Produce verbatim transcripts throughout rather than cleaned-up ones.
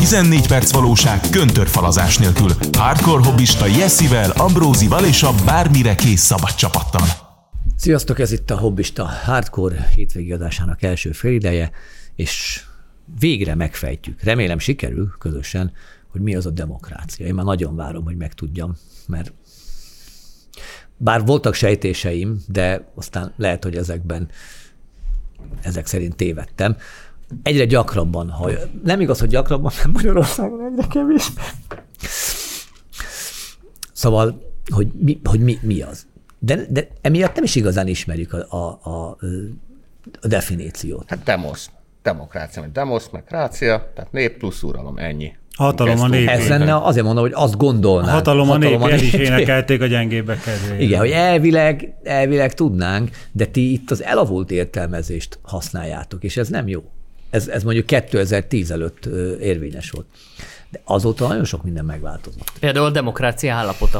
tizennégy perc valóság köntörfalazás nélkül. Hardcore hobbista Jessivel, Ambrózival és a bármire kész szabad csapattal. Sziasztok, ez itt a Hobbista Hardcore hétvégi adásának első félideje, és végre megfejtjük, remélem sikerül közösen, hogy mi az a demokrácia. Én már nagyon várom, hogy megtudjam, mert bár voltak sejtéseim, de aztán lehet, hogy ezekben, ezek szerint tévedtem. Egyre gyakrabban, ha nem igaz, hogy gyakrabban, mert Magyarországon egyre kevésbé. Szóval, hogy mi, hogy mi, mi az. De, de emiatt nem is igazán ismerjük a, a, a, a definíciót. Hát demos, demokrácia, vagy demos, meg krácia, tehát nép plusz uralom, ennyi. Hatalom a nép. Ez lenne, azért mondom, hogy azt gondolnánk. Hatalom a nép, el is énekelték a gyengébbek kedvéért. Igen, hogy elvileg, elvileg tudnánk, de ti itt az elavult értelmezést használjátok, és ez nem jó. Ez, ez mondjuk kétezer-tíz előtt érvényes volt. De azóta nagyon sok minden megváltozott. Például a demokrácia állapota.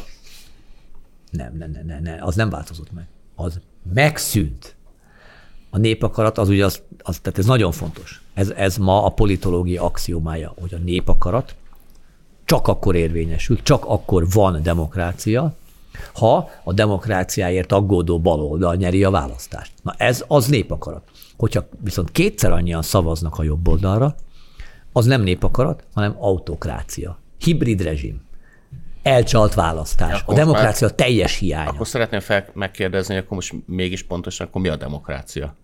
Nem, nem, nem, nem, nem, az nem változott meg. Az megszűnt. A népakarat az ugye, az, az, tehát ez nagyon fontos. Ez, ez ma a politológia axiomája, hogy a népakarat csak akkor érvényesül, csak akkor van demokrácia, ha a demokráciáért aggódó baloldal nyeri a választást. Na ez az népakarat. Hogyha viszont kétszer annyian szavaznak a jobb oldalra, az nem népakarat, hanem autokrácia. Hibrid rezsim. Elcsalt választás. A demokrácia már teljes hiánya. Akkor szeretném fel megkérdezni, hogy akkor most mégis pontosan, akkor mi a demokrácia?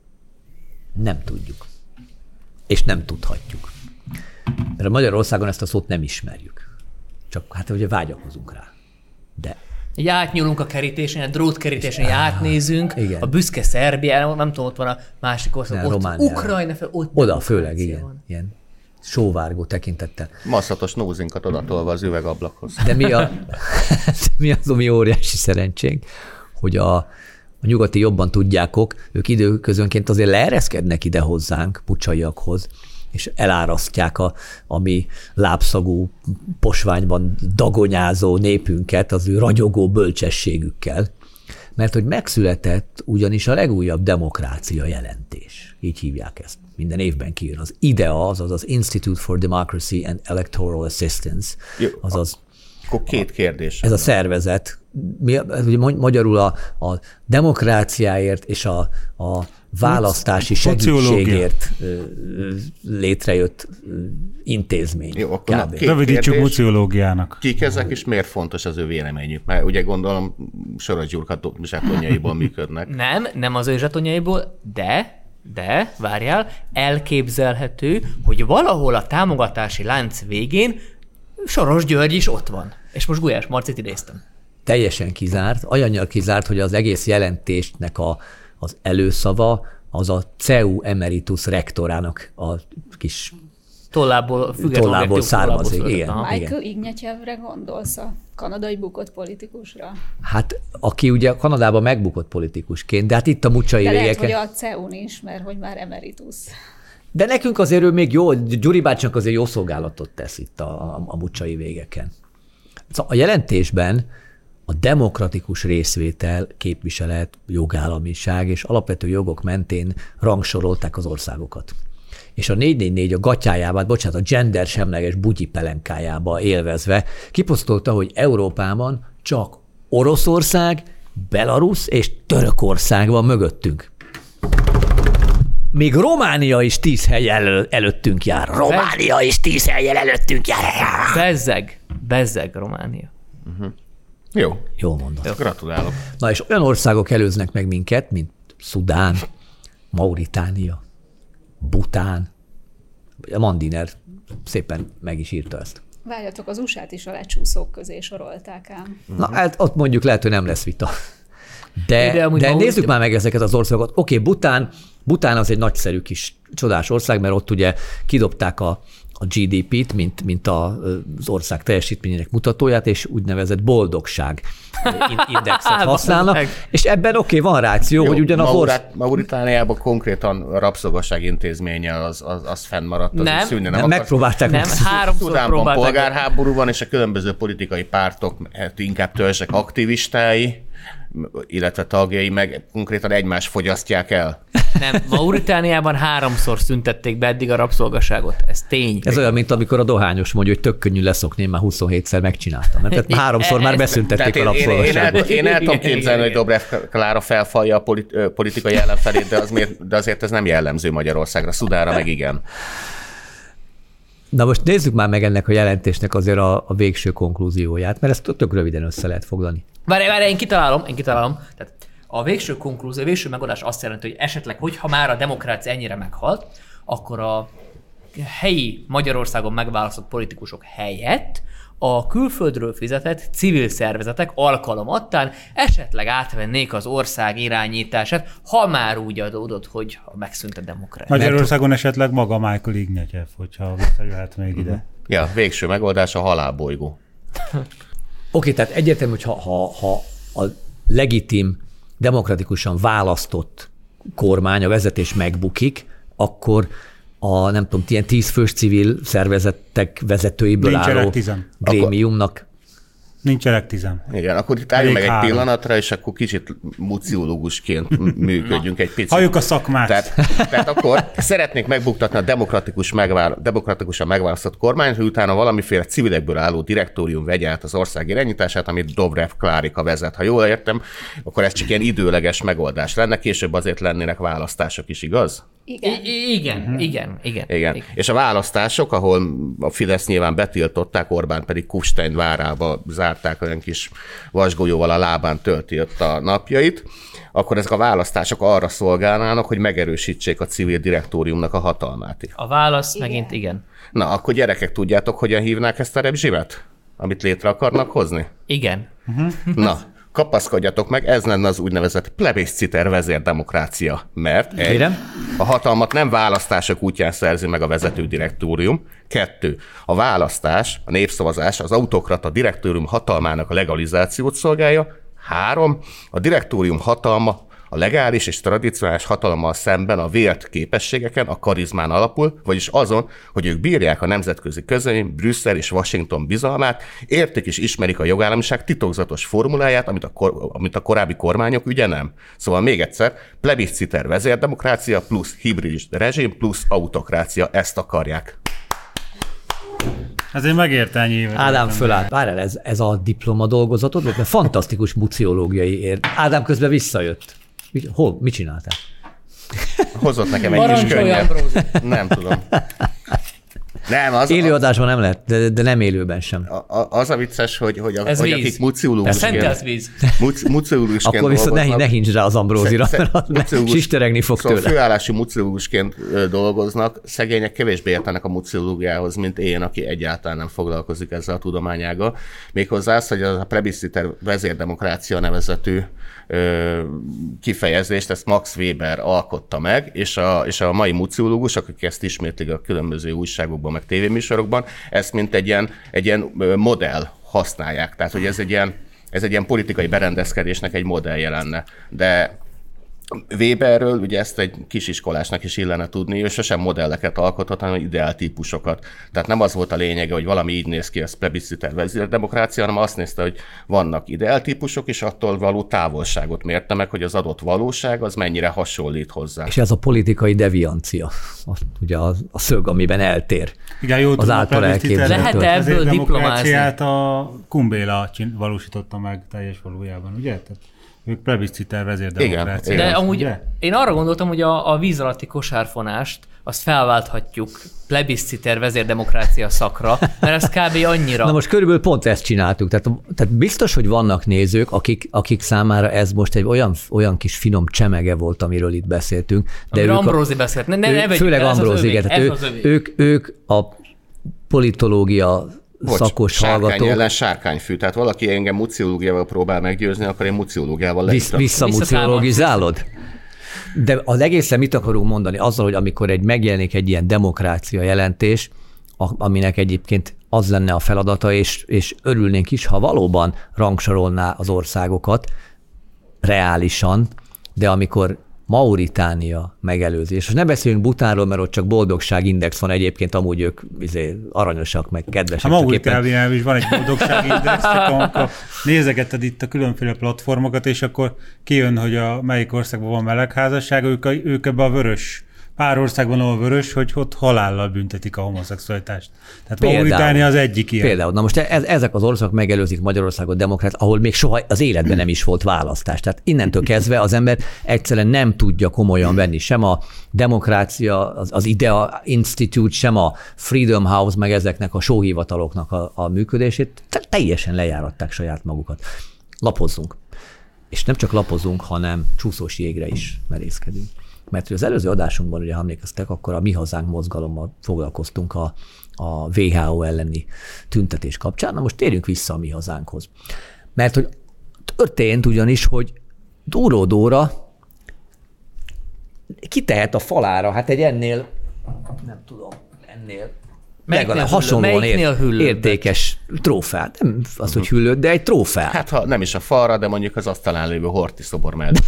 Nem tudjuk. És nem tudhatjuk. Mert a Magyarországon ezt a szót nem ismerjük. Csak hát ugye vágyakozunk rá. De Így átnyúlunk a kerítésen, a drótkerítésen, átnézünk, igen. A büszke Szerbia, nem tudom, ott van a másik ország, ott Romániában. Ukrajna fel, ott oda főleg, igen. van. Ilyen sóvárgó tekintettel. Masszatos nózinkat odatolva az üvegablakhoz. De mi, a, mi az, ami óriási szerencsénk, hogy a, a nyugati jobban tudjákok, ők időközönként azért leereszkednek ide hozzánk, pucsaiakhoz, és elárasztják a, a mi lábszagú posványban dagonyázó népünket az ő ragyogó bölcsességükkel, mert hogy megszületett ugyanis a legújabb demokrácia jelentés. Így hívják ezt. Minden évben kijön. Az I D E A, azaz az Institute for Democracy and Electoral Assistance, azaz Akkor két kérdés. ez a szervezet, mi, ugye magyarul a, a demokráciáért és a, a választási segítségért létrejött intézmény. Jó, akkor na, rövidítsük muciológiának. Kik ezek, és miért fontos az ő véleményük? Mert ugye gondolom Soros Gyurka zsákonyaiból működnek. Nem, nem az ő zsatonjaiból, de, de, várjál, elképzelhető, hogy valahol a támogatási lánc végén Soros György is ott van. És most Gulyás Marcit idéztem. Teljesen kizárt, olyannyal kizárt, hogy az egész jelentésnek a, az előszava az a C E U emeritus rektorának a kis Tollából, tollából származik. Igen, Michael Ignatyevre gondolsz, a kanadai bukott politikusra? Hát, aki ugye Kanadában megbukott politikusként, de hát itt a mucsai de végeken... lehet, hogy a C E U-n is, mert hogy már emeritus. De nekünk azért ő még jó, Gyuri bácsinak azért jó szolgálatot tesz itt a, a, a mucsai végeken. Szóval a jelentésben a demokratikus részvétel, képviselet, jogállamiság és alapvető jogok mentén rangsorolták az országokat. És a négy négy négy a gatyájában, bocsánat, a gender semleges bugyi pelenkájába élvezve kiposztolta, hogy Európában csak Oroszország, Belarus és Törökország van mögöttünk. Még Románia is tíz hely elő, előttünk jár. Románia is tíz helyen előttünk jár. Bezzeg, bezzeg Románia. Uh-huh. Jó. Jó mondat. Gratulálok. Na és olyan országok előznek meg minket, mint Szudán, Mauritánia, Bután. A Mandiner szépen meg is írta ezt. Várjatok, az u es á-t is a lecsúszók közé sorolták ám. Na, hát ott mondjuk lehet, hogy nem lesz vita. De, de, de nézzük már meg ezeket az országokat. Oké, okay, Bután, Bután az egy nagyszerű kis csodás ország, mert ott ugye kidobták a, a gé dé pét, mint, mint a, az ország teljesítményének mutatóját, és úgynevezett boldogság indexet használnak, és ebben oké, okay, van ráció, jó, hogy ugyan a ország... Mauritániában konkrétan a rabszolgaság intézménye az, az, az fennmaradt, az nem, szűnne. Nem, nem megpróbálták. Nem, háromszor Szudánban próbálták. Polgárháború van, és a különböző politikai pártok, inkább törzsek aktivistái illetve tagjai meg konkrétan egymást fogyasztják el. Nem, Mauritániában háromszor szüntették be eddig a rabszolgaságot. Ez tény. Ez olyan, mint amikor a dohányos mondja, hogy tök könnyű leszokni, én már huszonhétszer megcsináltam. Nem? Tehát háromszor már beszüntették a rabszolgaságot. Én, én, én, el, én el tudom képzelni, hogy Dobrev Klára felfalja a politi- politikai ellenfelét, de, az miért, de azért ez nem jellemző Magyarországra. Szudánra meg igen. Na most nézzük már meg ennek a jelentésnek azért a, a végső konklúzióját, mert ezt tök röviden össze lehet foglalni. Várj, várj, én kitalálom, én kitalálom. Tehát a végső konklúzió, a végső megoldás azt jelenti, hogy esetleg, hogyha már a demokrácia ennyire meghalt, akkor a helyi Magyarországon megválasztott politikusok helyett a külföldről fizetett civil szervezetek alkalomattán esetleg átvennék az ország irányítását, ha már úgy adódott, hogy megszűnt a demokrácia. Magyarországon Mert... esetleg maga Michael Ignatyev, hogyha visszajöhet még ide. Uh-huh. Ja, végső megoldás a halálbolygó. Oké, okay, tehát egyértelmű, hogy ha, ha, ha a legitim, demokratikusan választott kormány, a vezetés megbukik, akkor a nem tudom, ilyen tízfős civil szervezetek vezetőiből Nincsenek álló tizen. grémiumnak. Nincsenek tizen. Igen, akkor itt álljunk meg egy három. pillanatra, és akkor kicsit muciológusként működjünk egy picit. Halljuk a szakmát. Tehát, tehát akkor szeretnék megbuktatni a demokratikus megvál, demokratikusan megválasztott kormányt, hogy utána valamiféle civilekből álló direktórium vegye át az ország irányítását, amit Dobrev Klárika vezet. Ha jól értem, akkor ez csak ilyen időleges megoldás lenne, később azért lennének választások is, igaz? Igen. I- igen, igen, igen, igen. igen. És a választások, ahol a Fidesz nyilván betiltották, Orbán pedig Kufstein várába zárták, olyan kis vasgolyóval a lábán tölti ott a napjait, akkor ezek a választások arra szolgálnának, hogy megerősítsék a civil direktóriumnak a hatalmát. A válasz Igen. megint igen. Na, akkor gyerekek, tudjátok, hogyan hívnák ezt a repzsimet, amit létre akarnak hozni? Igen. Na, kapaszkodjatok meg, ez lenne az úgynevezett plebisciter vezérdemokrácia, mert egy, Kérem? a hatalmat nem választások útján szerzi meg a vezető direktórium, kettő, a választás, a népszavazás az autokrata direktórium hatalmának a legalizációt szolgálja, három, a direktórium hatalma a legális és tradicionális hatalommal szemben a vélt képességeken, a karizmán alapul, vagyis azon, hogy ők bírják a nemzetközi közöny, Brüsszel és Washington bizalmát, értik és ismerik a jogállamiság titokzatos formuláját, amit a, kor, amit a korábbi kormányok ugye nem. Szóval még egyszer, plebisciter vezérdemokrácia plusz hibrid rezsim plusz autokrácia, ezt akarják. Ezért megérte ennyi évet. Ádám fölállt. Várjál, ez, ez a diploma dolgozatod volt? Mert fantasztikus muciológiai ér. Ádám közben visszajött. Mit, hol? Mit csináltál? Hozott nekem egy kis könnyet. Nem tudom. Nem, az, Élőadásban nem lehet, de, de nem élőben sem. A, a, az a vicces, hogy, hogy, a, Ez hogy víz. akik muciológusként, Ez víz. muci, muciológusként Akkor viszont ne, ne hincs rá az Ambrózira, Sze- mert muciológus- sisteregni fog szóval tőle. főállású muciológusként ö, dolgoznak, szegények kevésbé értenek a muciológiához, mint én, aki egyáltalán nem foglalkozik ezzel a tudományággal. Méghozzá az, hogy a plebisciter vezérdemokrácia nevezetű ö, kifejezést, ezt Max Weber alkotta meg, és a, és a mai muciológusok, akik ezt ismétlik a különböző újságokban, meg tévéműsorokban, ezt mint egy ilyen, egy ilyen modell használják. Tehát, hogy ez egy ilyen, ez egy ilyen politikai berendezkedésnek egy modellje lenne. De Weberről ugye ezt egy kisiskolásnak is illene tudni, ő sosem modelleket alkotott, hanem ideáltípusokat. Tehát nem az volt a lényege, hogy valami így néz ki, ez plebisciter vezérdemokrácia, hanem azt nézte, hogy vannak ideáltípusok, és attól való távolságot mérte meg, hogy az adott valóság az mennyire hasonlít hozzá. És ez a politikai deviancia, az, ugye a, a szög, amiben eltér. Igen, jó, az által elképzelhető. Lehet ebből diplomázni? A Kumbéla csin- valósította meg teljes valójában, ugye? Tehát ők plebisciter vezérdemokrácia. Igen, De igen. amúgy ugye? én arra gondoltam, hogy a, a víz alatti kosárfonást azt felválthatjuk plebisciter vezérdemokrácia szakra, mert ez kb. Annyira... Na most körülbelül pont ezt csináltuk. Tehát, tehát biztos, hogy vannak nézők, akik, akik számára ez most egy olyan, olyan kis finom csemege volt, amiről itt beszéltünk. De ők Ambrózi beszélt. Ne, ne, ő, ne vegyük főleg el, ez az Ambrózi, övé, igen. Tehát ez ő, az övé. ők, ők a politológia Bocs, szakos sárkány hallgatók. ellen sárkányfű. Tehát valaki engem muciológiával próbál meggyőzni, akkor én muciológiával Visz, leítom. visszamuciologizálod? De az egészen mit akarunk mondani? Azzal, hogy amikor egy megjelenik egy ilyen demokrácia jelentés, a- aminek egyébként az lenne a feladata, és, és örülnénk is, ha valóban rangsorolná az országokat reálisan, de amikor Mauritánia megelőzés. És ne beszéljünk Butánról, mert ott csak boldogságindex van, egyébként amúgy ők izé, aranyosak, meg kedvesek. A Mauritániában is van egy boldogságindex, csak amikor nézegeted itt a különféle platformokat, és akkor kijön, hogy a melyik országban van melegházasság, ők, a, ők ebbe a vörös. Pár országban a vörös, hogy ott halállal büntetik a homoszexualitást. Tehát Mauritánia az egyik ilyen. Például. Na most ez, ezek az országok megelőzik Magyarországot demokrát, ahol még soha az életben nem is volt választás. Tehát innentől kezdve az ember egyszerűen nem tudja komolyan venni sem a demokrácia, az, az Idea Institute, sem a Freedom House, meg ezeknek a sóhivataloknak a, a működését. Teljesen lejáratták saját magukat. Lapozzunk. És nem csak lapozunk, hanem csúszós jégre is merészkedünk. Mert az előző adásunkban, ugye, ha emlékeztek, akkor a Mi Hazánk mozgalommal foglalkoztunk a, a dupla vé há ó elleni tüntetés kapcsán. Na most térjünk vissza a Mi Hazánkhoz. Mert hogy történt ugyanis, hogy Dúró Dóra kitehet a falára, hát egy ennél, nem tudom, ennél legalább hasonlóan ér, értékes trófeát. Nem az, hogy hüllőd, de egy trófeát. Hát ha nem is a falra, de mondjuk az asztalán lévő Horthy szobor mellett.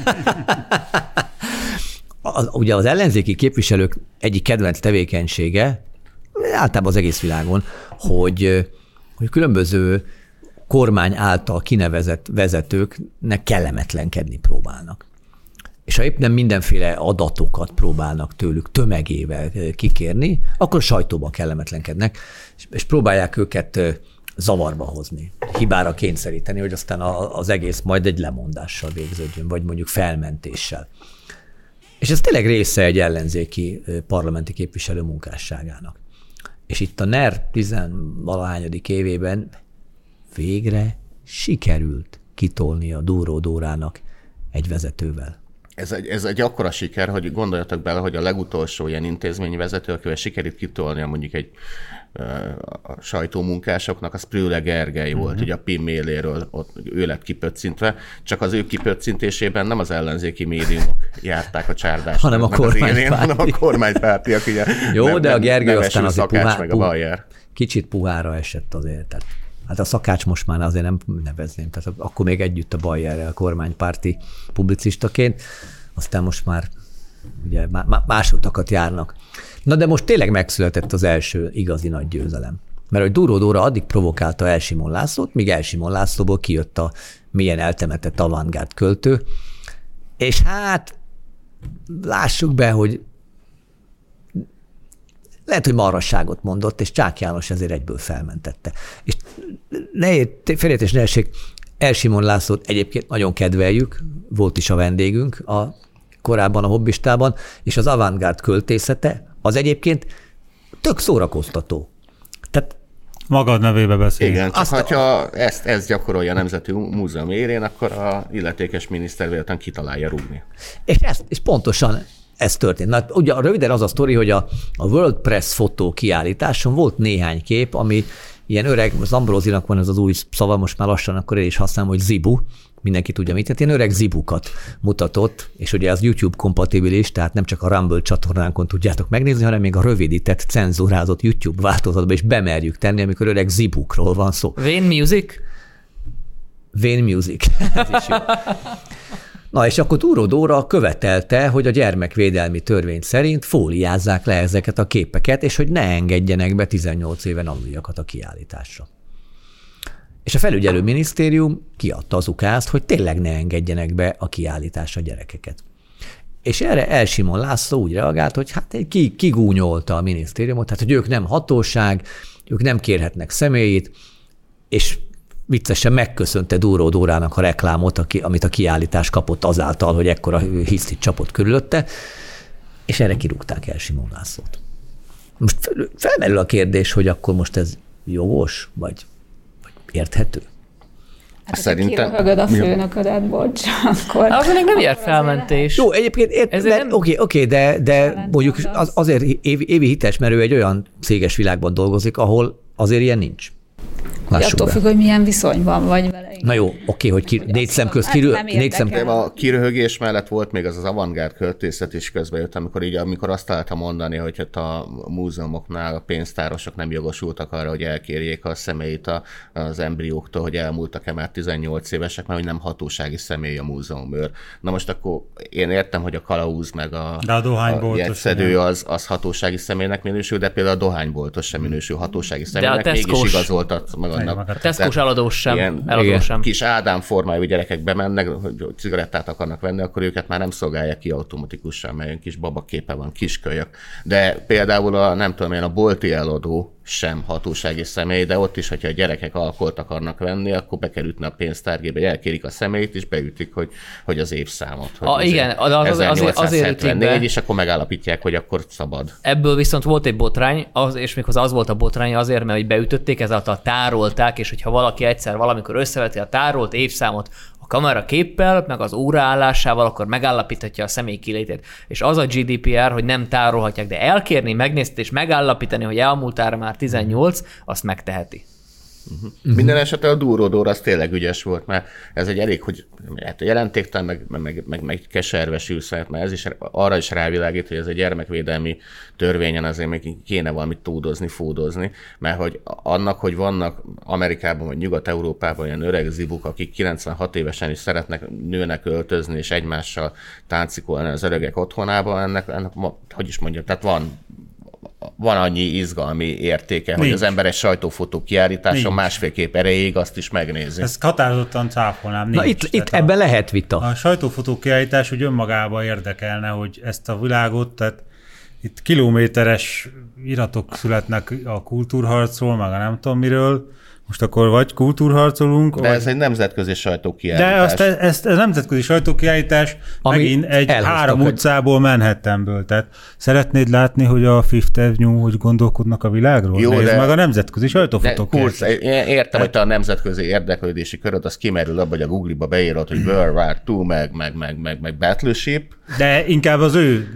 Az, ugye az ellenzéki képviselők egyik kedvenc tevékenysége, általában az egész világon, hogy, hogy különböző kormány által kinevezett vezetőknek kellemetlenkedni próbálnak. És ha épp nem mindenféle adatokat próbálnak tőlük tömegével kikérni, akkor a sajtóban kellemetlenkednek, és próbálják őket zavarba hozni, hibára kényszeríteni, hogy aztán az egész majd egy lemondással végződjön, vagy mondjuk felmentéssel. És ez tényleg része egy ellenzéki parlamenti képviselő munkásságának. És itt a NER tizenvalahányadik évében végre sikerült kitolni a Dúró Dórának egy vezetővel. Ez egy, ez egy akkora siker, hogy gondoljatok bele, hogy a legutolsó ilyen intézményi vezető, akivel sikerült kitolnia mondjuk egy a sajtómunkásoknak, az Prüle Gergely volt, uh-huh. ugye a pé i em méléről, ott ő lett kipöccintve, csak az ő kipöccintésében nem az ellenzéki médiumok járták a csárdást, hanem a kormánypárti. hanem a kormánypártiak, ugye. Jó, nem, de a Gergely aztán azért puhá, meg a Bajer. Kicsit puhára esett azért. Tehát, hát a Szakács most már azért nem nevezném, tehát akkor még együtt a Bajerrel kormánypárti publicistaként, aztán most már ugye más utakat járnak. Na de most tényleg megszületett az első igazi nagy győzelem. Mert hogy Dúró Dóra addig provokálta El Simon Lászlót, míg El Simon Lászlóból kijött a mélyen eltemetett avantgárd költő, és hát lássuk be, hogy lehet, hogy marhasságot mondott, és Csák János ezért egyből felmentette. És ne félreértés ne essék, El Simon Lászlót egyébként nagyon kedveljük, volt is a vendégünk a korábban a Hobbistában, és az avantgárd költészete az egyébként tök szórakoztató. Tehát magad nevébe beszél. Igen, csak Azt ha a... ezt, ezt gyakorolja a Nemzeti Múzeum érén, akkor a illetékes miniszter véletlenül kitalálja rúgni. És, ezt, és pontosan ez történt. Na, ugye röviden az a sztori, hogy a, a World Press fotó kiállításon volt néhány kép, ami ilyen öreg, az Ambrózinak van ez az új szava, most már lassan akkor én is használom, hogy zibu, mindenki tudja mit, tehát ilyen öreg zibukat mutatott, és ugye az YouTube kompatibilis, tehát nem csak a Rumble csatornánkon tudjátok megnézni, hanem még a rövidített, cenzúrázott YouTube változatba is bemerjük tenni, amikor öreg zibukról van szó. Vane Music? Vane Music. Ez is jó. Na és akkor Dúró Dóra követelte, hogy a gyermekvédelmi törvény szerint fóliázzák le ezeket a képeket, és hogy ne engedjenek be tizennyolc éven aluljakat a kiállításra. És a felügyelő minisztérium kiadta az ukázt, hogy tényleg ne engedjenek be a kiállításra gyerekeket. És erre El Simon László úgy reagált, hogy hát ki, kigúnyolta a minisztériumot, tehát hogy ők nem hatóság, ők nem kérhetnek személyt, és viccesen megköszönte Dúró Dórának a reklámot, amit a kiállítás kapott azáltal, hogy ekkora hisztit csapott körülötte, és erre kirúgták El Simon Lászlót. Most felmerül a kérdés, hogy akkor most ez jogos, vagy, vagy érthető? Hát szerintem... kiröhögöd a főnöködet, bocs, akkor... Az még nem ér felmentés. Jó, egyébként ért, nem... oké, oké, de, de mondjuk az, azért évi, évi hites, mert ő egy olyan céges világban dolgozik, ahol azért ilyen nincs. attól függ, hogy milyen viszonyban vagy vele. Na jó, oké, hogy ki, négy szem közt kirül, négy szem közt. A kiröhögés mellett volt még az az avantgárd költészet is közben jött, amikor, így, amikor azt találtam mondani, hogy hát a múzeumoknál a pénztárosok nem jogosultak arra, hogy elkérjék a személyt az embrióktól, hogy elmúltak-e már tizennyolc évesek, mert hogy nem hatósági személy a múzeumőr. Na most akkor én értem, hogy a kalauz meg a, a, a jegyszedő az, az hatósági személynek minősül, de például a dohányboltos sem minősül hatósági személynek, mégis igazoltat magadnak. A Tesco-s eladós sem. Eladós sem. Kis Ádám formájú gyerekek bemennek, hogy cigarettát akarnak venni, akkor őket már nem szolgálják ki automatikusan, mert kis babaképe van, kiskölyök. De például a, nem tudom én, a bolti eladó sem hatósági személy, de ott is, hogyha a gyerekek alkoholt akarnak venni, akkor be kell ütni a pénztárgébe, elkérik a személyt, és beütik, hogy, hogy az évszámot. Hogy a, igen, az, az, azért, azért ütik be. És akkor megállapítják, hogy akkor szabad. Ebből viszont volt egy botrány, az, és méghozzá az volt a botrány azért, mert hogy beütötték, ezáltal tárolták, és hogyha valaki egyszer valamikor összeveti a tárolt évszámot a kamera képpel, meg az óraállásával, akkor megállapíthatja a személy kilétét. És az a gé dé pé er, hogy nem tárolhatják, de elkérni, megnézni és megállapítani, hogy elmúltára már tizennyolc, azt megteheti. Uh-huh. Uh-huh. Minden esetre a Dúródór az tényleg ügyes volt, mert ez egy elég, hogy hát jelentéktelen, meg, meg, meg, meg keserves űrszert, mert ez is arra is rávilágít, hogy ez egy gyermekvédelmi törvényen azért még kéne valamit túdozni, fúdozni, mert hogy annak, hogy vannak Amerikában vagy Nyugat-Európában olyan öreg zibuk, akik kilencvenhat évesen is szeretnek nőnek öltözni, és egymással táncikolni az öregek otthonában, ennek, ennek hogy is mondjam, tehát van van annyi izgalmi értéke, Nincs. hogy az ember egy sajtófotó kiállításon Nincs. másfél kép erejéig azt is megnézi. Ezt határozottan cáfolnám. Na itt, itt ebben lehet vita. A sajtófotó kiállítás úgy önmagában érdekelne, hogy ezt a világot, tehát itt kilométeres iratok születnek a kultúrharcról, meg a nem tudom miről, most akkor vagy kultúrharcolunk. De vagy... ez egy nemzetközi sajtókiállítás. De azt, ez, ez, ez nemzetközi sajtókiállítás Ami megint egy három egy... utcából Manhattanből. Tehát szeretnéd látni, hogy a Fifth Avenue, hogy gondolkodnak a világról? Jó, Nézd de... meg a nemzetközi sajtófotókiállítás. Értem, hogy te a nemzetközi érdeklődési köröd, az kimerül abba, hogy a Google-ba beírod, hogy World War kettő, meg, meg, meg, meg, meg Battleship. De inkább az ő...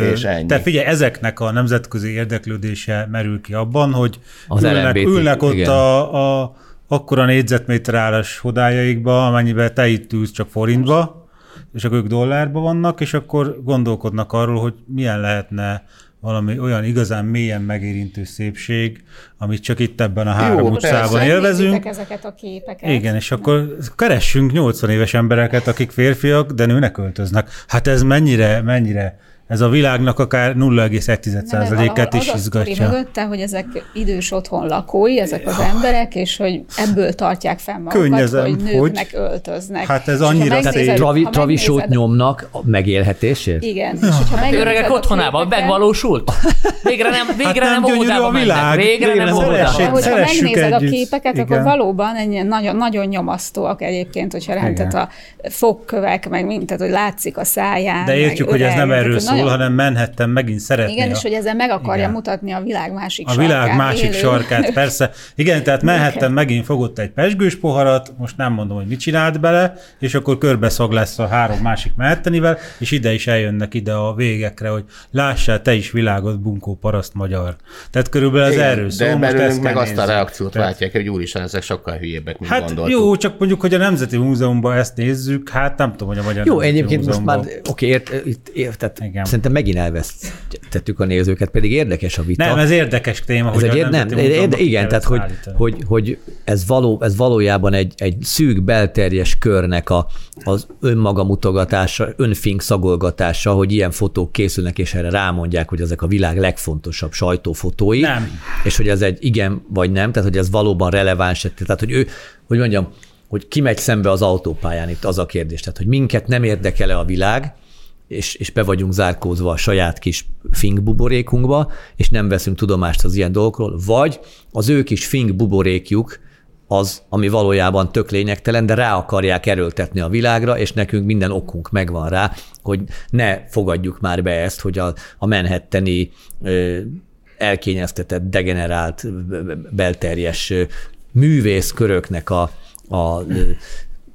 Te figyelj, ezeknek a nemzetközi érdeklődése merül ki abban, hogy az ülnek, ülnek ott igen. a, a akkora négyzetméter állás hodájaikba, amennyiben te itt ülsz csak forintba, és akkor ők dollárba vannak, és akkor gondolkodnak arról, hogy milyen lehetne valami olyan igazán mélyen megérintő szépség, amit csak itt ebben a három Jó, utcában élvezünk. Ezeket a képeket. Igen, és akkor keressünk nyolcvan éves embereket, akik férfiak, de nőnek öltöznek. Hát ez mennyire, mennyire ez a világnak akár nulla egész egy százalékát is izgatja. Az a mögötte, hogy ezek idős otthon lakói, ezek az emberek, és hogy ebből tartják fenn magukat, Könnyezem, hogy nőknek hogy... öltöznek. Hát ez annyira szép. Travi, travisót nyomnak a megélhetésért? Igen. Ja. És hogyha hát öregek otthonában megvalósult? Végre nem, végre hát nem, nem óvodába mennek. Végre, végre nem óvodába. De hogyha megnézed a képeket, igen. akkor valóban nagyon, nagyon nyomasztóak egyébként, hogyha rendet a fogkövek, meg mint, tehát, hogy látszik a száján. De értjük, hogy ez nem erről szól, nagyon... hanem Manhattan megint szeretné. Igen, a... és hogy ezzel meg akarja igen. mutatni a világ másik a sarkát. A világ másik élő. sarkát, persze. Igen, tehát Manhattan megint fogott egy pezsgős poharat, most nem mondom, hogy mit csinált bele, és akkor körbeszag lesz a három másik Manhattanivel, és ide is eljönnek ide a végekre, hogy lássál te is világot, bunkó paraszt magyar. Tehát körülbelül ez erről szól. De belőlünk meg azt a reakciót látják, hogy úristen, ezek sokkal hülyébbek, mint hát gondoltuk. Jó, csak mondjuk, hogy a Nemzeti Múzeumban ezt nézzük, hát nem tudom, hogy a Magyar Jó, Nemzeti egyébként Múzeumban... most már, oké, ért, itt, ért, tehát szerintem megint elvesztettük a nézőket, pedig érdekes a vita. Nem, ez érdekes téma, ez hogy egy, a nem, érde, Igen, tehát hogy, hogy, hogy ez, való, ez valójában egy, egy szűk belterjes körnek a, az önmaga mutogatása, önfink szagolgatása, hogy ilyen fotók készülnek, és erre rámondják, hogy ezek a világ legfontosabb sajtófotói. Nem. És hogy ez egy igen vagy nem, tehát hogy ez valóban releváns. Tehát, hogy ő, hogy mondjam, hogy ki megy szembe az autópályán, itt az a kérdés. Tehát, hogy minket nem érdekel-e a világ, és, és be vagyunk zárkózva a saját kis fink buborékunkba, és nem veszünk tudomást az ilyen dolgokról, vagy az ő kis fink buborékjuk az, ami valójában tök lényegtelen, de rá akarják erőltetni a világra, és nekünk minden okunk megvan rá, hogy ne fogadjuk már be ezt, hogy a, a manhattani ö, elkényeztetett, degenerált, belterjes művészköröknek a, a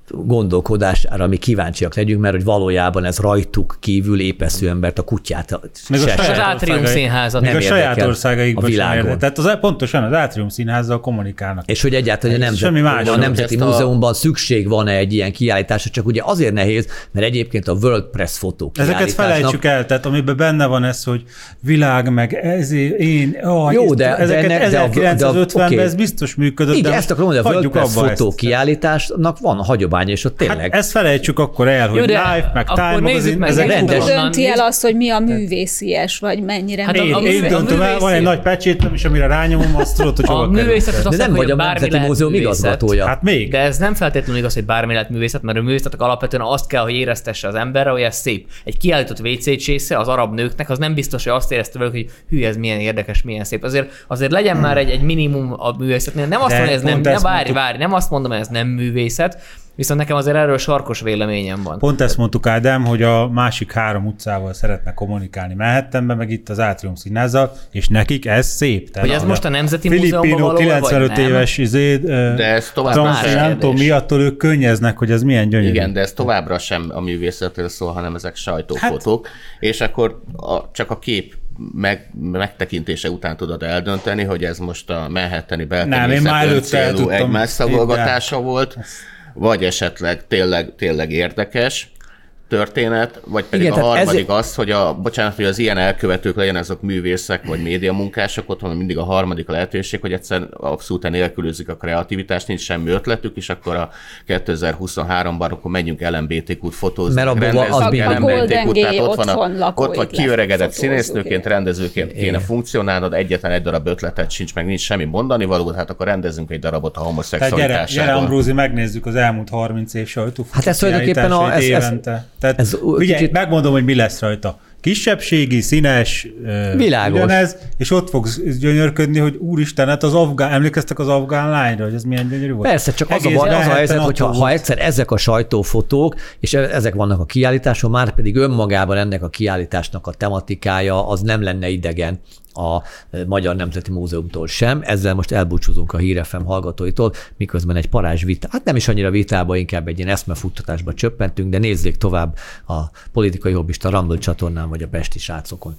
gondolkodására mi kíváncsiak legyünk, mert hogy valójában ez rajtuk kívül épesző embert, a kutyát meg se, a saját Átrium Színházat nem a saját országaikban sem érde. Tehát az, pontosan az Átrium Színházzal kommunikálnak. És hogy egyáltalán a, nemzet, a Nemzeti a... Múzeumban szükség van-e egy ilyen kiállításra, csak ugye azért nehéz, mert egyébként a World Press fotó ezeket felejtsük el, tehát amiben benne van ez, hogy világ, meg ez, én, oh, jó, de, ezeket de ennek, ezerkilencszázötvenben okay. ez biztos működött, igen, de ezt akarom mondani, a World Press fotó kiállításnak van a hagyomány, és ott tényleg. Hát ezt felejtsük akkor el, hogy jó, live, meg Time magazin, ezek rendes. Dönti el azt, hogy mi a művészies, vagy mennyire. Hát én, én döntöm el, van egy nagy pecsétem, és amire rányomom, azt tudod, hogy hova kerül. A művészetet azt nem vagy a Nemzeti Múzeum igazgatója. Hát még. De ez nem feltétlenül igaz, hogy bármi lehet művészet, mert a művészetek alapvetően azt kell, hogy éreztesse az ember, hogy ez szép. Egy kiállított vé cé csésze az arab nőknek, az nem biztos, hogy azt érezte velük, hogy hű, ez milyen érdekes, milyen szép. Azért, azért legyen már egy, egy minimum a művészetnél. Nem azt mondom, hogy ez nem, ne, várj, várj, nem azt mondom, hogy ez nem művészet, viszont nekem azért erről sarkos véleményem van. Pont ezt mondtuk, Ádám, hogy a másik három utcával szeretne kommunikálni Manhattanben, meg itt az Átrium Színházzal, és nekik ez szép. Tehát hogy ez most a Nemzeti Múzeumban való, kilencvenöt vagy éves izé, de ez továbbra nem tudom miattól ők könnyeznek, hogy ez milyen gyönyörű. Igen, de ez továbbra sem a művészetről szól, hanem ezek sajtófotók, hát, és akkor a, csak a kép meg, megtekintése után tudod eldönteni, hogy ez most a Manhattani beltermészet öncélú egymás szagolgatása volt, vagy esetleg tényleg, tényleg érdekes történet, vagy pedig igen, a harmadik ez... az, hogy a, bocsánat, hogy az ilyen elkövetők legyen azok művészek, vagy médiamunkások, ott van mindig a harmadik a lehetőség, hogy egyszerűen abszolút nélkülözik a kreativitást, nincs semmi ötletük, és akkor a kétezer-huszonháromban akkor menjünk el em bé té kút fotózni, mert rendezzük el em bé té kút, tehát ott van, a, ott van kiöregedett színésznőként, rendezőként kéne funkcionálnod, egyetlen egy darab ötletet sincs, meg nincs semmi mondani való, hát akkor rendezünk egy darabot a homoszexualitásával. Gyere, gyere Ambrózi, megnézzük az elmúlt harminc év sajtófotó. Hát ez tulajdonképpen a, ez, ez, Tehát ez, ugye, kicsit... megmondom, hogy mi lesz rajta. Kisebbségi, színes, világos. Ugyanez, és ott fogsz gyönyörködni, hogy úristen, hát az afgán, emlékeztek az afgán lányra, hogy ez milyen gyönyörű volt? Persze, csak az a, baj, az a helyzet, hogy ha, ha egyszer ezek a sajtófotók, és ezek vannak a kiállításon, már pedig önmagában ennek a kiállításnak a tematikája, az nem lenne idegen a Magyar Nemzeti Múzeumtól sem. Ezzel most elbúcsúzunk a Hír ef em hallgatóitól, miközben egy parázs vita, hát nem is annyira vitába, inkább egy ilyen eszmefuttatásba csöppentünk, de nézzék tovább a Politikai Hobbista Rumble csatornán, vagy a Pesti Srácokon.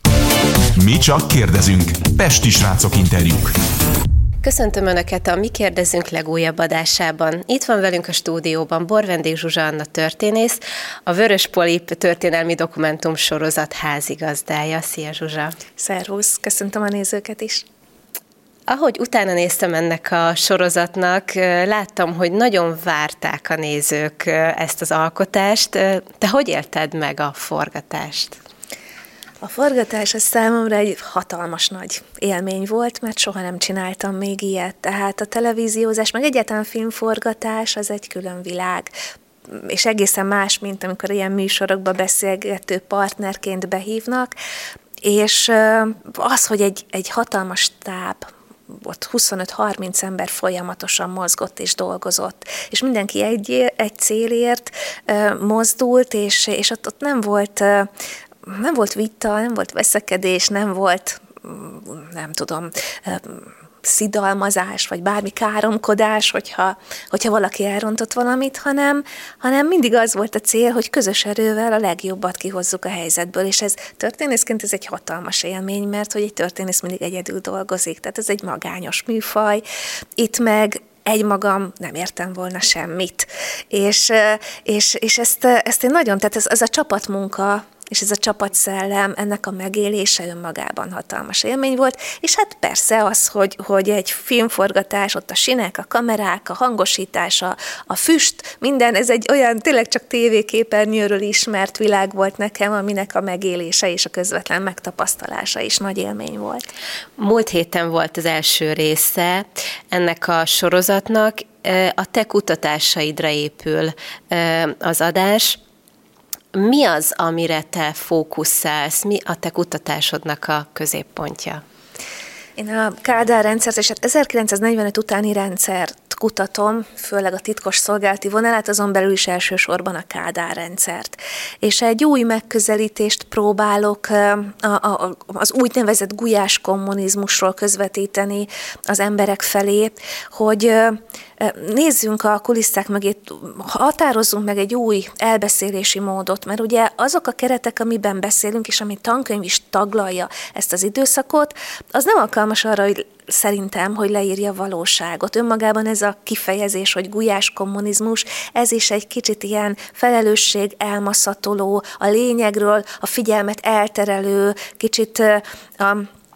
Mi csak kérdezünk. Pesti Srácok interjúk. Köszöntöm Önöket a Mi kérdezünk legújabb adásában. Itt van velünk a stúdióban Bor-Vendég Zsuzsa Anna történész, a Vörös Polip történelmi dokumentum sorozat házigazdája. Szia Zsuzsa! Szervusz, köszöntöm a nézőket is! Ahogy utána néztem ennek a sorozatnak, láttam, hogy nagyon várták a nézők ezt az alkotást. Te hogy élted meg a forgatást? A forgatás az számomra egy hatalmas nagy élmény volt, mert soha nem csináltam még ilyet. Tehát a televíziózás, meg egyáltalán filmforgatás az egy külön világ. És egészen más, mint amikor ilyen műsorokba beszélgető partnerként behívnak. És az, hogy egy, egy hatalmas stáb, ott huszonöt-harminc ember folyamatosan mozgott és dolgozott, és mindenki egy, egy célért mozdult, és, és ott, ott nem volt... Nem volt vita, nem volt veszekedés, nem volt, nem tudom, szidalmazás, vagy bármi káromkodás, hogyha, hogyha valaki elrontott valamit, hanem, hanem mindig az volt a cél, hogy közös erővel a legjobbat kihozzuk a helyzetből, és ez történészként ez egy hatalmas élmény, mert hogy egy történész mindig egyedül dolgozik, tehát ez egy magányos műfaj, itt meg egymagam nem értem volna semmit. És, és, és ezt, ezt én nagyon, tehát ez, ez a csapatmunka, és ez a csapatszellem, ennek a megélése önmagában hatalmas élmény volt, és hát persze az, hogy, hogy egy filmforgatás, ott a sinek, a kamerák, a hangosítás, a, a füst, minden, ez egy olyan tényleg csak tévéképernyőről ismert világ volt nekem, aminek a megélése és a közvetlen megtapasztalása is nagy élmény volt. Múlt héten volt az első része ennek a sorozatnak, a te kutatásaidra épül az adás. Mi az, amire te fókuszálsz? Mi a te kutatásodnak a középpontja? Én a Kádár rendszert és az ezerkilencszáznegyvenöt utáni rendszert kutatom, főleg a titkos szolgálati vonalát, azon belül is elsősorban a Kádár rendszert. És egy új megközelítést próbálok a, a, az úgynevezett gulyás kommunizmusról közvetíteni az emberek felé, hogy nézzünk a kulisszák mögé, határozzunk meg egy új elbeszélési módot, mert ugye azok a keretek, amiben beszélünk, és ami tankönyv is taglalja ezt az időszakot, az nem alkalmas arra, hogy szerintem, hogy leírja a valóságot. Önmagában ez a kifejezés, hogy gulyás kommunizmus, ez is egy kicsit ilyen felelősség elmaszatoló, a lényegről a figyelmet elterelő, kicsit a,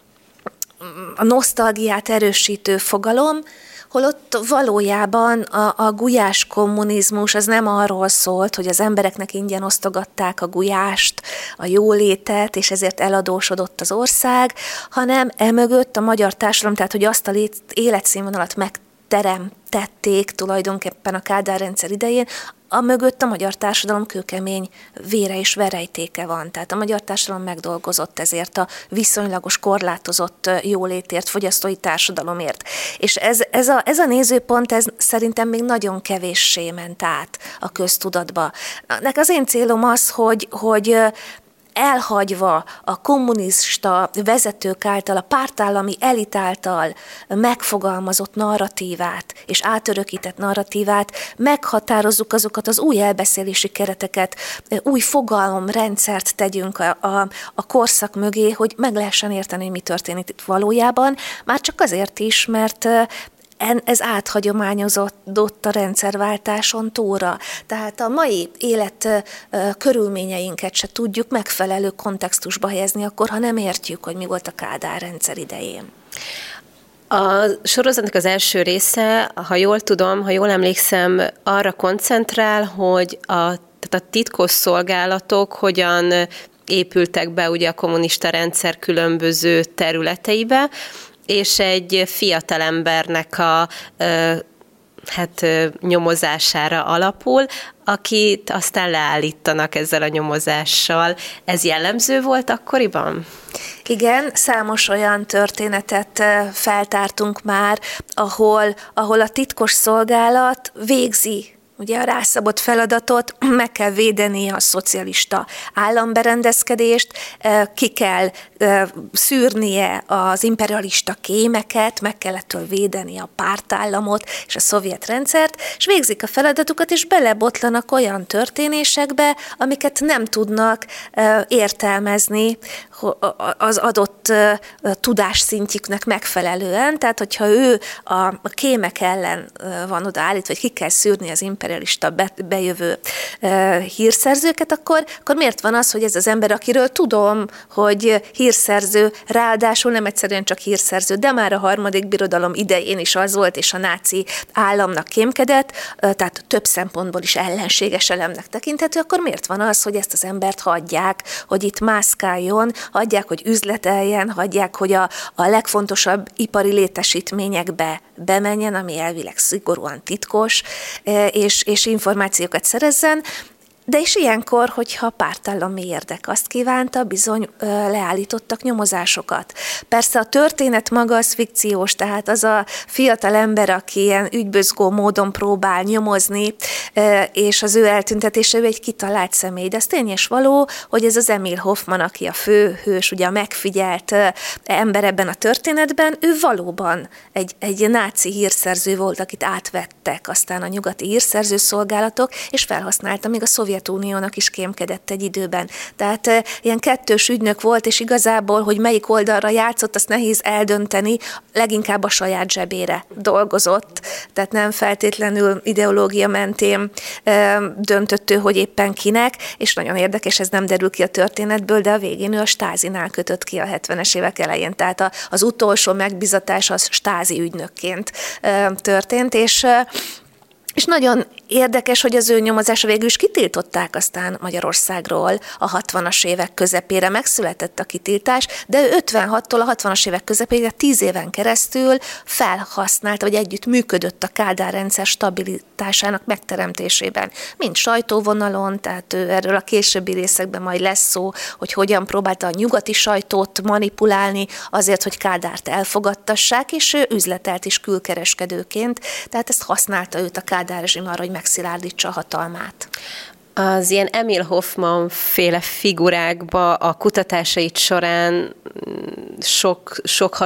a nosztalgiát erősítő fogalom, holott valójában a, a gulyás kommunizmus az nem arról szólt, hogy az embereknek ingyen osztogatták a gulyást, a jólétet, és ezért eladósodott az ország, hanem emögött a magyar társadalom, tehát hogy azt a lét, életszínvonalat megteremtették tulajdonképpen a Kádár rendszer idején, a mögött a magyar társadalom kőkemény vére és verejtéke van. Tehát a magyar társadalom megdolgozott ezért a viszonylagos, korlátozott jólétért, fogyasztói társadalomért. És ez, ez, a, ez a nézőpont, ez szerintem még nagyon kevéssé ment át a köztudatba. Nek az én célom az, hogy, hogy elhagyva a kommunista vezetők által, a pártállami elit által megfogalmazott narratívát és átörökített narratívát, meghatározzuk azokat az új elbeszélési kereteket, új fogalomrendszert tegyünk a, a, a korszak mögé, hogy meg lehessen érteni, hogy mi történik itt valójában, már csak azért is, mert ez áthagyományozódott a rendszerváltáson túlra. Tehát a mai élet körülményeinket se tudjuk megfelelő kontextusba helyezni akkor, ha nem értjük, hogy mi volt a Kádár rendszer idején. A sorozatnak az első része, ha jól tudom, ha jól emlékszem, arra koncentrál, hogy a, tehát a titkos szolgálatok hogyan épültek be ugye a kommunista rendszer különböző területeibe, és egy fiatalembernek a ö, hát, ö, nyomozására alapul, akit aztán leállítanak ezzel a nyomozással. Ez jellemző volt akkoriban? Igen, számos olyan történetet feltártunk már, ahol, ahol a titkos szolgálat végzi ugye a rászabott feladatot, meg kell védeni a szocialista államberendezkedést, ki kell szűrnie az imperialista kémeket, meg kellettől védeni a pártállamot és a szovjet rendszert, és végzik a feladatukat, és belebotlanak olyan történésekbe, amiket nem tudnak értelmezni az adott tudásszintjüknek megfelelően. Tehát, hogyha ő a kémek ellen van odaállítva, vagy ki kell szűrni az imperialista be, bejövő uh, hírszerzőket, akkor, akkor miért van az, hogy ez az ember, akiről tudom, hogy hírszerző, ráadásul nem egyszerűen csak hírszerző, de már a harmadik birodalom idején is az volt, és a náci államnak kémkedett, uh, tehát több szempontból is ellenséges elemnek tekinthető, akkor miért van az, hogy ezt az embert hagyják, hogy itt mászkáljon, hagyják, hogy üzleteljen, hagyják, hogy a, a legfontosabb ipari létesítményekbe bemenjen, ami elvileg szigorúan titkos, és, és információkat szerezzen, de is ilyenkor, hogyha pártállami érdek azt kívánta, bizony ö, leállítottak nyomozásokat. Persze a történet maga az fikciós, tehát az a fiatal ember, aki ilyen ügybözgó módon próbál nyomozni, ö, és az ő eltüntetése, ő egy kitalált személy. De ez tény és való, hogy ez az Emil Hoffman, aki a főhős, ugye a megfigyelt ö, ember ebben a történetben, ő valóban egy, egy náci hírszerző volt, akit átvettek aztán a nyugati hírszerzőszolgálatok, és felhasználta még a szovjet Szovjetuniónak is kémkedett egy időben. Tehát e, ilyen kettős ügynök volt, és igazából, hogy melyik oldalra játszott, azt nehéz eldönteni, leginkább a saját zsebére dolgozott. Tehát nem feltétlenül ideológia mentén e, döntött ő, hogy éppen kinek, és nagyon érdekes, ez nem derül ki a történetből, de a végén ő a Stázinál kötött ki a hetvenes évek elején. Tehát a, az utolsó megbizatás az Stázi ügynökként e, történt, és e, És nagyon érdekes, hogy az ő nyomozása végül is kitiltották aztán Magyarországról a hatvanas évek közepére. Megszületett a kitiltás, de ő ötvenhattól a hatvanas évek közepére tíz éven keresztül felhasználta, vagy együtt működött a Kádár rendszer stabilitásának megteremtésében. Mind sajtóvonalon, tehát ő erről a későbbi részekben majd lesz szó, hogy hogyan próbálta a nyugati sajtót manipulálni azért, hogy Kádárt elfogadtassák, és ő üzletelt is külkereskedőként, tehát ezt használta őt a Kádár rezsim arra, hogy megszilárdítsa a hatalmát. Az ilyen Emil Hoffman féle figurákba a kutatásait során sok, sok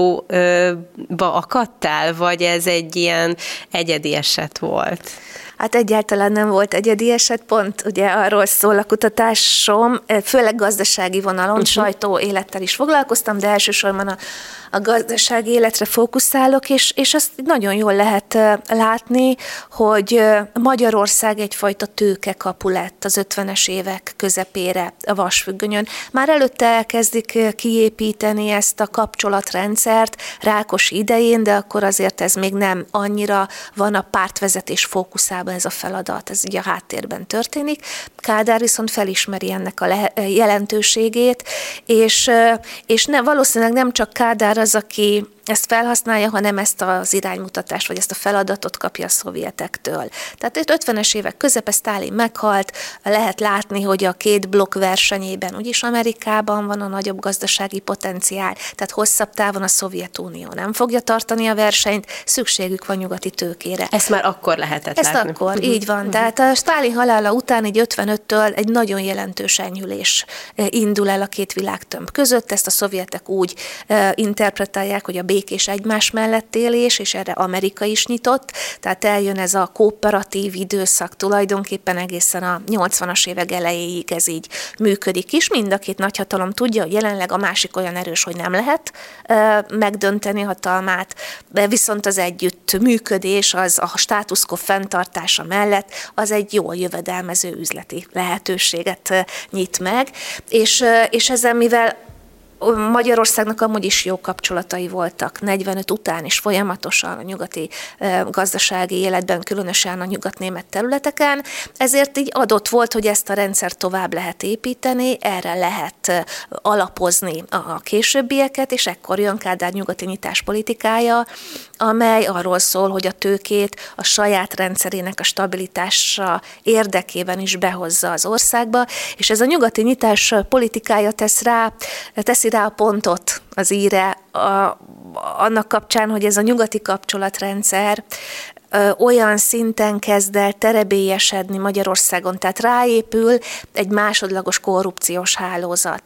hasonlóba akadtál, vagy ez egy ilyen egyedi eset volt? Hát egyáltalán nem volt egyedi eset, pont ugye arról szól a kutatásom, főleg gazdasági vonalon, uh-huh. sajtó élettel is foglalkoztam, de elsősorban a, a gazdasági életre fókuszálok, és, és azt nagyon jól lehet látni, hogy Magyarország egyfajta tőkekapu lett az ötvenes évek közepére a vasfüggönyön. Már előtte elkezdik kiépíteni ezt a kapcsolatrendszert Rákosi idején, de akkor azért ez még nem annyira van a pártvezetés fókuszában ez a feladat, ez ugye a háttérben történik. Kádár viszont felismeri ennek a le- jelentőségét, és, és ne, valószínűleg nem csak Kádár az, aki ezt felhasználja, hanem ezt az iránymutatást, vagy ezt a feladatot kapja a szovjetektől. Tehát itt ötvenes évek közepe Sztálin meghalt, lehet látni, hogy a két blokk versenyében úgyis Amerikában van a nagyobb gazdasági potenciál, tehát hosszabb távon a Szovjetunió nem fogja tartani a versenyt, szükségük van nyugati tőkére. Ezt már akkor lehetett Ezt látni. akkor, uh-huh. így van. Uh-huh. Tehát a Sztálin halála után egy ötvenöttől egy nagyon jelentős enyhülés indul el a két világtömb között, ezt a szovjetek úgy uh, interpretálják, hogy a békés egymás mellett élés, és erre Amerika is nyitott, tehát eljön ez a kooperatív időszak tulajdonképpen egészen a nyolcvanas évek elejéig ez így működik is. Mind a két nagyhatalom tudja, hogy jelenleg a másik olyan erős, hogy nem lehet uh, megdönteni hatalmát, de viszont az együtt működés, az a status quo fenntartása mellett az egy jól jövedelmező üzleti lehetőséget uh, nyit meg, és, uh, és ezzel mivel Magyarországnak amúgy is jó kapcsolatai voltak negyvenöt után is folyamatosan a nyugati gazdasági életben, különösen a nyugatnémet területeken, ezért így adott volt, hogy ezt a rendszert tovább lehet építeni, erre lehet alapozni a későbbieket, és ekkor jön Kádár nyugati nyitás politikája, amely arról szól, hogy a tőkét a saját rendszerének a stabilitása érdekében is behozza az országba, és ez a nyugati nyitás politikája tesz rá, teszi rá a pontot az íre a, annak kapcsán, hogy ez a nyugati kapcsolatrendszer ö, olyan szinten kezd el terebélyesedni Magyarországon, tehát ráépül egy másodlagos korrupciós hálózat,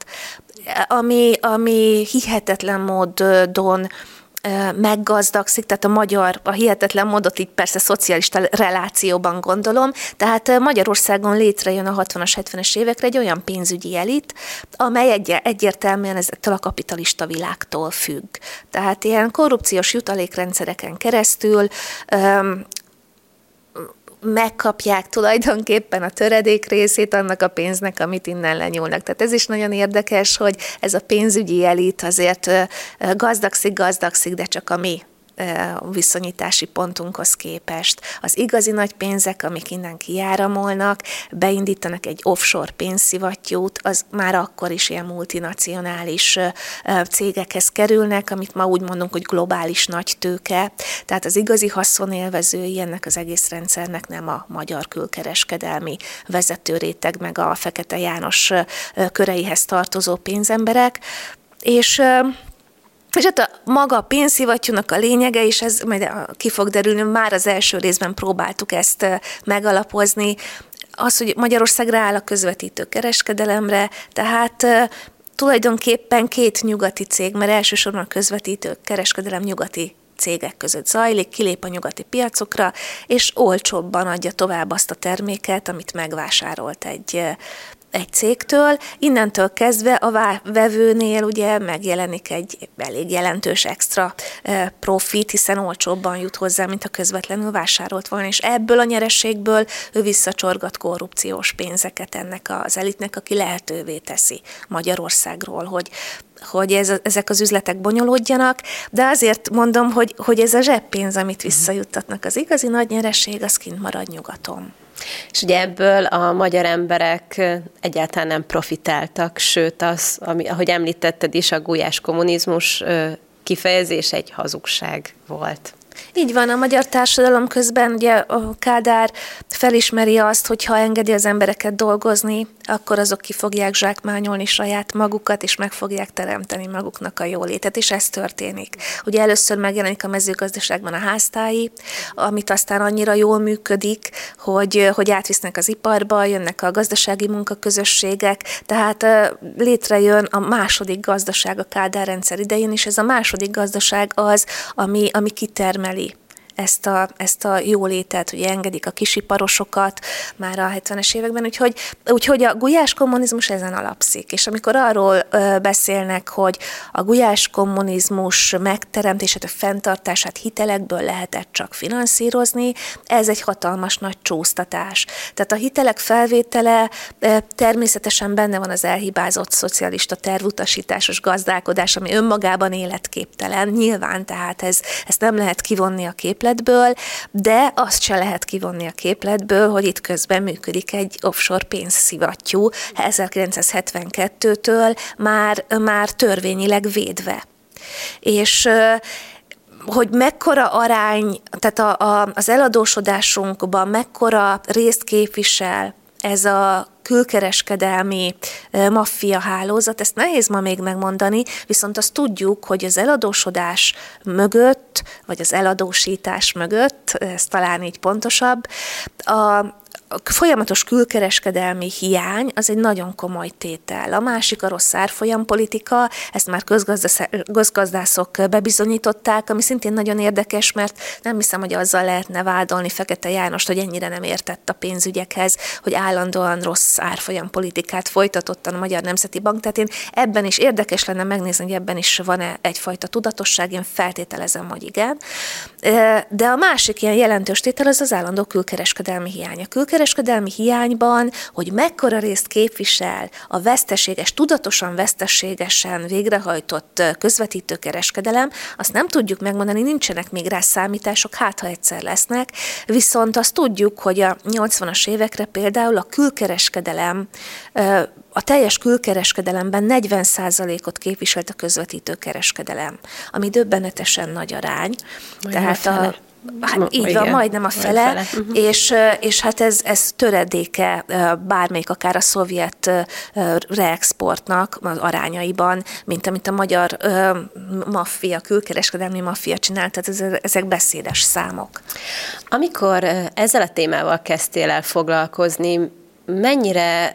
ami, ami hihetetlen módon meggazdagszik, tehát a magyar, a hihetetlen módot így persze szocialista relációban gondolom, tehát Magyarországon létrejön a hatvanas, hetvenes évekre egy olyan pénzügyi elit, amely egy, egyértelműen ezettől a kapitalista világtól függ. Tehát ilyen korrupciós jutalékrendszereken keresztül öm, megkapják tulajdonképpen a töredék részét annak a pénznek, amit innen lenyúlnak. Tehát ez is nagyon érdekes, hogy ez a pénzügyi elit azért gazdagszik, gazdagszik, de csak a mi viszonyítási pontunkhoz képest. Az igazi nagy pénzek, amik innen kiáramolnak, beindítanak egy offshore pénzszivattyút, az már akkor is ilyen multinacionális cégekhez kerülnek, amit ma úgy mondunk, hogy globális nagy tőke. Tehát az igazi haszonélvezői ennek az egész rendszernek nem a magyar külkereskedelmi vezetőréteg, meg a Fekete János köreihez tartozó pénzemberek, és És hát a maga a pénzszivattyúnak a lényege, és ez majd ki fog derülni, már az első részben próbáltuk ezt megalapozni, az, hogy Magyarország rááll a közvetítő kereskedelemre, tehát tulajdonképpen két nyugati cég, mert elsősorban a közvetítő kereskedelem nyugati cégek között zajlik, kilép a nyugati piacokra, és olcsóbban adja tovább azt a terméket, amit megvásárolt egy egy cégtől. Innentől kezdve a vevőnél ugye megjelenik egy elég jelentős extra profit, hiszen olcsóbban jut hozzá, mint a közvetlenül vásárolt volna, és ebből a nyereségből ő visszacsorgat korrupciós pénzeket ennek az elitnek, aki lehetővé teszi Magyarországról, hogy hogy ez, ezek az üzletek bonyolódjanak, de azért mondom, hogy, hogy ez a zseppénz, amit visszajuttatnak, az igazi nagy nyereség, az kint marad nyugaton. És ugye ebből a magyar emberek egyáltalán nem profitáltak, sőt az, ami, ahogy említetted is, a gulyás kommunizmus kifejezés egy hazugság volt. Így van, a magyar társadalom közben ugye a Kádár felismeri azt, hogy ha engedi az embereket dolgozni, akkor azok ki fogják zsákmányolni saját magukat, és meg fogják teremteni maguknak a jólétet, és ez történik. Ugye először megjelenik a mezőgazdaságban a háztáji, amit aztán annyira jól működik, hogy, hogy átvisznek az iparba, jönnek a gazdasági munkaközösségek, tehát létrejön a második gazdaság a Kádár rendszer idején, és ez a második gazdaság az, ami, ami kitermeli ezt a, ezt a jólétet, hogy engedik a kisiparosokat már a hetvenes években, úgyhogy, úgyhogy a gulyás kommunizmus ezen alapszik. És amikor arról ö, beszélnek, hogy a gulyás kommunizmus megteremtését, a fenntartását hitelekből lehetett csak finanszírozni, ez egy hatalmas nagy csúsztatás. Tehát a hitelek felvétele ö, természetesen benne van az elhibázott szocialista tervutasításos gazdálkodás, ami önmagában életképtelen, nyilván, tehát ez, ezt nem lehet kivonni a képletből, de azt se lehet kivonni a képletből, hogy itt közben működik egy offshore pénzszivattyú ezerkilencszázhetvenkettőtől már, már törvényileg védve. És hogy mekkora arány, tehát a, a, az eladósodásunkban mekkora részt képvisel ez a külkereskedelmi maffia hálózat, ezt nehéz ma még megmondani, viszont azt tudjuk, hogy az eladósodás mögött, vagy az eladósítás mögött, ez talán így pontosabb, a A folyamatos külkereskedelmi hiány az egy nagyon komoly tétel. A másik a rossz árfolyampolitika, ezt már közgazdászok bebizonyították, ami szintén nagyon érdekes, mert nem hiszem, hogy azzal lehetne vádolni Fekete Jánost, hogy ennyire nem értett a pénzügyekhez, hogy állandóan rossz árfolyampolitikát folytatott a Magyar Nemzeti Bank. Tehát én ebben is érdekes lenne megnézni, hogy ebben is van-e egyfajta tudatosság, én feltételezem, hogy igen. De a másik ilyen jelentős tétel az az állandó külkereskedelmi hiány. A külkereskedelmi hiányban, hogy mekkora részt képvisel a veszteséges, tudatosan veszteségesen végrehajtott közvetítőkereskedelem, azt nem tudjuk megmondani, nincsenek még rá számítások, hát ha egyszer lesznek, viszont azt tudjuk, hogy a nyolcvanas évekre például a külkereskedelem, a teljes külkereskedelemben negyven százalékot képviselt a közvetítőkereskedelem, ami döbbenetesen nagy arány. Majd Tehát a Hát így van, majdnem a fele, fele. Uh-huh. És, és hát ez, ez töredéke bármelyik, akár a szovjet reexportnak az arányaiban, mint amit a magyar maffia, külkereskedelmi maffia csinált, tehát ezek beszédes számok. Amikor ezzel a témával kezdtél el foglalkozni, mennyire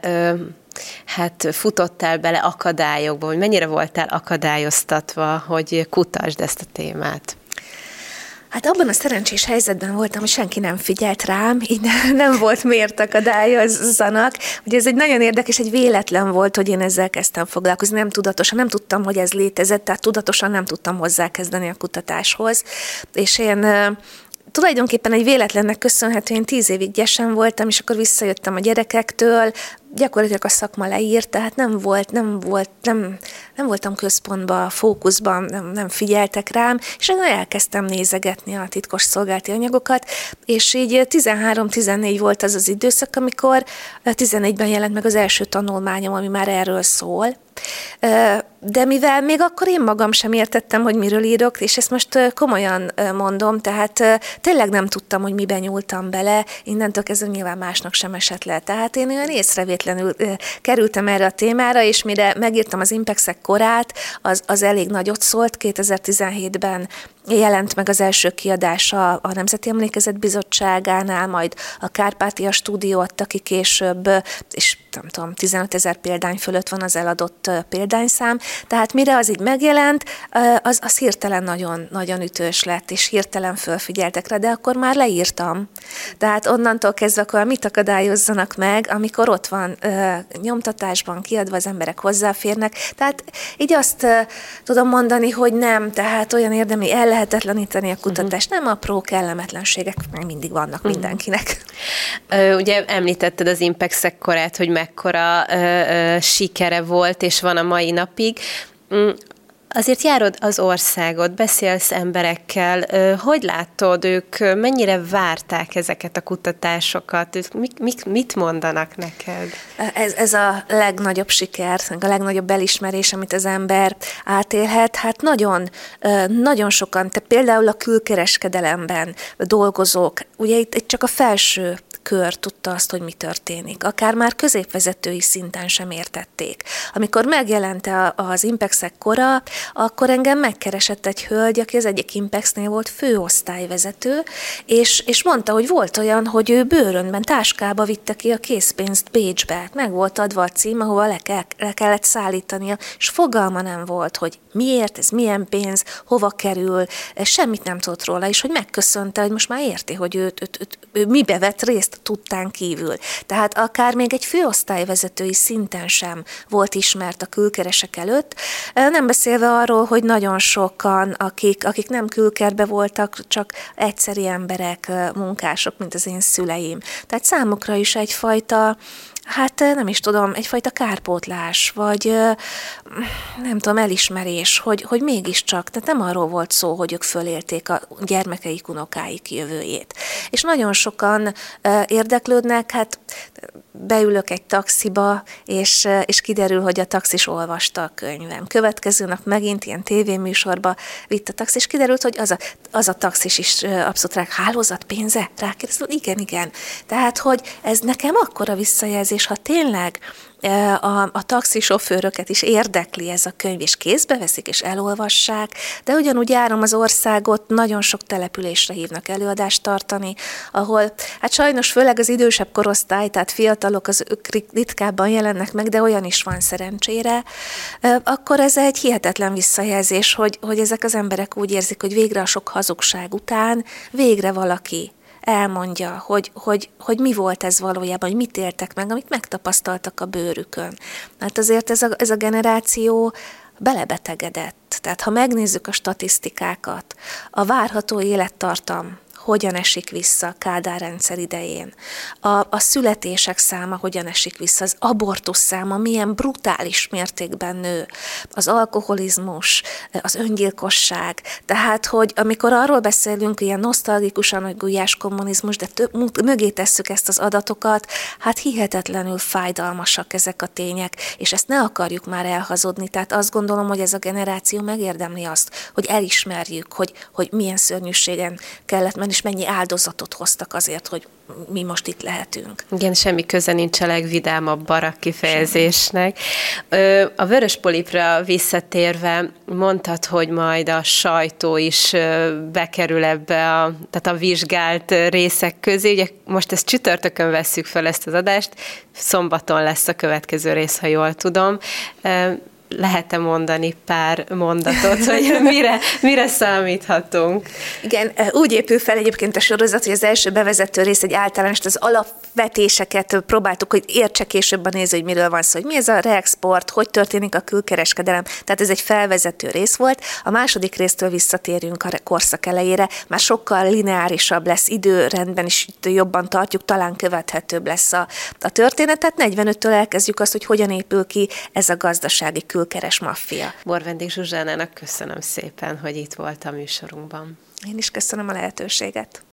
hát futottál bele akadályokba, vagy mennyire voltál akadályoztatva, hogy kutasd ezt a témát? Hát abban a szerencsés helyzetben voltam, hogy senki nem figyelt rám, így nem volt miért akadályozzanak. Ugye ez egy nagyon érdekes, egy véletlen volt, hogy én ezzel kezdtem foglalkozni, nem tudatosan, nem tudtam, hogy ez létezett, tehát tudatosan nem tudtam hozzákezdeni a kutatáshoz. És én tulajdonképpen egy véletlennek köszönhetően tíz évig gyesen voltam, és akkor visszajöttem a gyerekektől, gyakorlatilag a szakma leírt, tehát nem volt, nem volt, nem, nem voltam központban, fókuszban, nem, nem figyeltek rám, és én elkezdtem nézegetni a titkos szolgálati anyagokat, és így tizenhárom-tizennégy volt az az időszak, amikor tizennégyben jelent meg az első tanulmányom, ami már erről szól. De mivel még akkor én magam sem értettem, hogy miről írok, és ezt most komolyan mondom, tehát tényleg nem tudtam, hogy miben nyúltam bele, innentől kezdve nyilván másnak sem esett le. Tehát én olyan észrevétlenül kerültem erre a témára, és mire megírtam az Impexek korát, az, az elég nagyot szólt. kétezer-tizenhétben jelent meg az első kiadása a Nemzeti Emlékezet Bizottságánál, majd a Kárpátia Stúdió adta ki később, és nem tudom, tizenötezer példány fölött van az eladott példányszám. Tehát mire az így megjelent, az, az hirtelen nagyon, nagyon ütős lett, és hirtelen fölfigyeltek rá, de akkor már leírtam. Tehát onnantól kezdve akkor mit akadályozzanak meg, amikor ott van nyomtatásban kiadva, az emberek hozzáférnek. Tehát így azt tudom mondani, hogy nem, tehát olyan érdemi ellehetetleníteni a kutatást, nem apró kellemetlenségek, meg mindig vannak mindenkinek. Ugye említetted az Impexek korát, hogy mekkora ö, ö, sikere volt, és van a mai napig. Azért járod az országot, beszélsz emberekkel, hogy látod, ők mennyire várták ezeket a kutatásokat, ők mit, mit mondanak neked? Ez, ez a legnagyobb siker, a legnagyobb elismerés, amit az ember átélhet. Hát nagyon, nagyon sokan, te például a külkereskedelemben dolgozók, ugye itt, itt csak a felső kör tudta azt, hogy mi történik. Akár már középvezetői szinten sem értették. Amikor megjelent az Impexek kora, akkor engem megkeresett egy hölgy, aki az egyik Impexnél volt főosztályvezető, és, és mondta, hogy volt olyan, hogy ő bőrönben, táskába vitte ki a készpénzt Bécsbe. Meg volt adva a cím, ahova le, kell, le kellett szállítania, és fogalma nem volt, hogy miért, ez milyen pénz, hova kerül, semmit nem tudott róla, és hogy megköszönte, hogy most már érti, hogy őt, őt, őt, ő mibe vett részt tudtán kívül. Tehát akár még egy főosztályvezetői szinten sem volt ismert a külkeresek előtt, nem beszélve arról, hogy nagyon sokan, akik, akik nem külkerbe voltak, csak egyszeri emberek, munkások, mint az én szüleim. Tehát számukra is egyfajta, hát nem is tudom, egyfajta kárpótlás, vagy nem tudom, elismerés, hogy, hogy mégiscsak, tehát nem arról volt szó, hogy ők fölélték a gyermekeik, unokáik jövőjét. És nagyon sokan érdeklődnek, hát beülök egy taxiba, és, és kiderül, hogy a taxis olvasta a könyvem. Következő nap megint ilyen tévéműsorba vitt a taxis, és kiderült, hogy az a, az a taxis is abszolút rá, hálózatpénze? Rákérdeztem, igen, igen. Tehát, hogy ez nekem akkora visszajelzés, ha tényleg a, a taxisofőröket is érdekli ez a könyv, és kézbe veszik, és elolvassák, de ugyanúgy járom az országot, nagyon sok településre hívnak előadást tartani, ahol, hát sajnos főleg az idősebb korosztály, tehát fiatalok, az ők ritkábban jelennek meg, de olyan is van szerencsére, akkor ez egy hihetetlen visszajelzés, hogy, hogy ezek az emberek úgy érzik, hogy végre a sok hazugság után végre valaki elmondja, hogy, hogy, hogy mi volt ez valójában, hogy mit éltek meg, amit megtapasztaltak a bőrükön. Hát azért ez a, ez a generáció belebetegedett. Tehát ha megnézzük a statisztikákat, a várható élettartam hogyan esik vissza a Kádár rendszer idején, a, a születések száma hogyan esik vissza, az abortusz száma milyen brutális mértékben nő, az alkoholizmus, az öngyilkosság, tehát, hogy amikor arról beszélünk ilyen nosztalgikusan, hogy gulyás kommunizmus, de több, mögé tesszük ezt az adatokat, hát hihetetlenül fájdalmasak ezek a tények, és ezt ne akarjuk már elhazudni, tehát azt gondolom, hogy ez a generáció megérdemli azt, hogy elismerjük, hogy, hogy milyen szörnyűségen kellett menni, és mennyi áldozatot hoztak azért, hogy mi most itt lehetünk. Igen, semmi köze nincs a legvidámabb barak kifejezésnek. Semmi. A vörös polipra visszatérve mondtad, hogy majd a sajtó is bekerül ebbe a, tehát a vizsgált részek közé. Ugye most ezt csütörtökön vesszük fel ezt az adást, szombaton lesz a következő rész, ha jól tudom. Lehet-e mondani pár mondatot, hogy mire, mire számíthatunk? Igen, úgy épül fel egyébként a sorozat, hogy az első bevezető rész egy általános, az alapvetéseket próbáltuk, hogy értse később a néző, hogy miről van szó, hogy mi ez a reexport, hogy történik a külkereskedelem. Tehát ez egy felvezető rész volt. A második résztől visszatérünk a korszak elejére, már sokkal lineárisabb lesz, időrendben is jobban tartjuk, talán követhetőbb lesz a, a történet. Tehát negyvenöttől elkezdjük azt, hogy hogyan épül ki ez a gazdasági külkeres maffia. Borvendik Zsuzsánának köszönöm szépen, hogy itt volt a műsorunkban. Én is köszönöm a lehetőséget.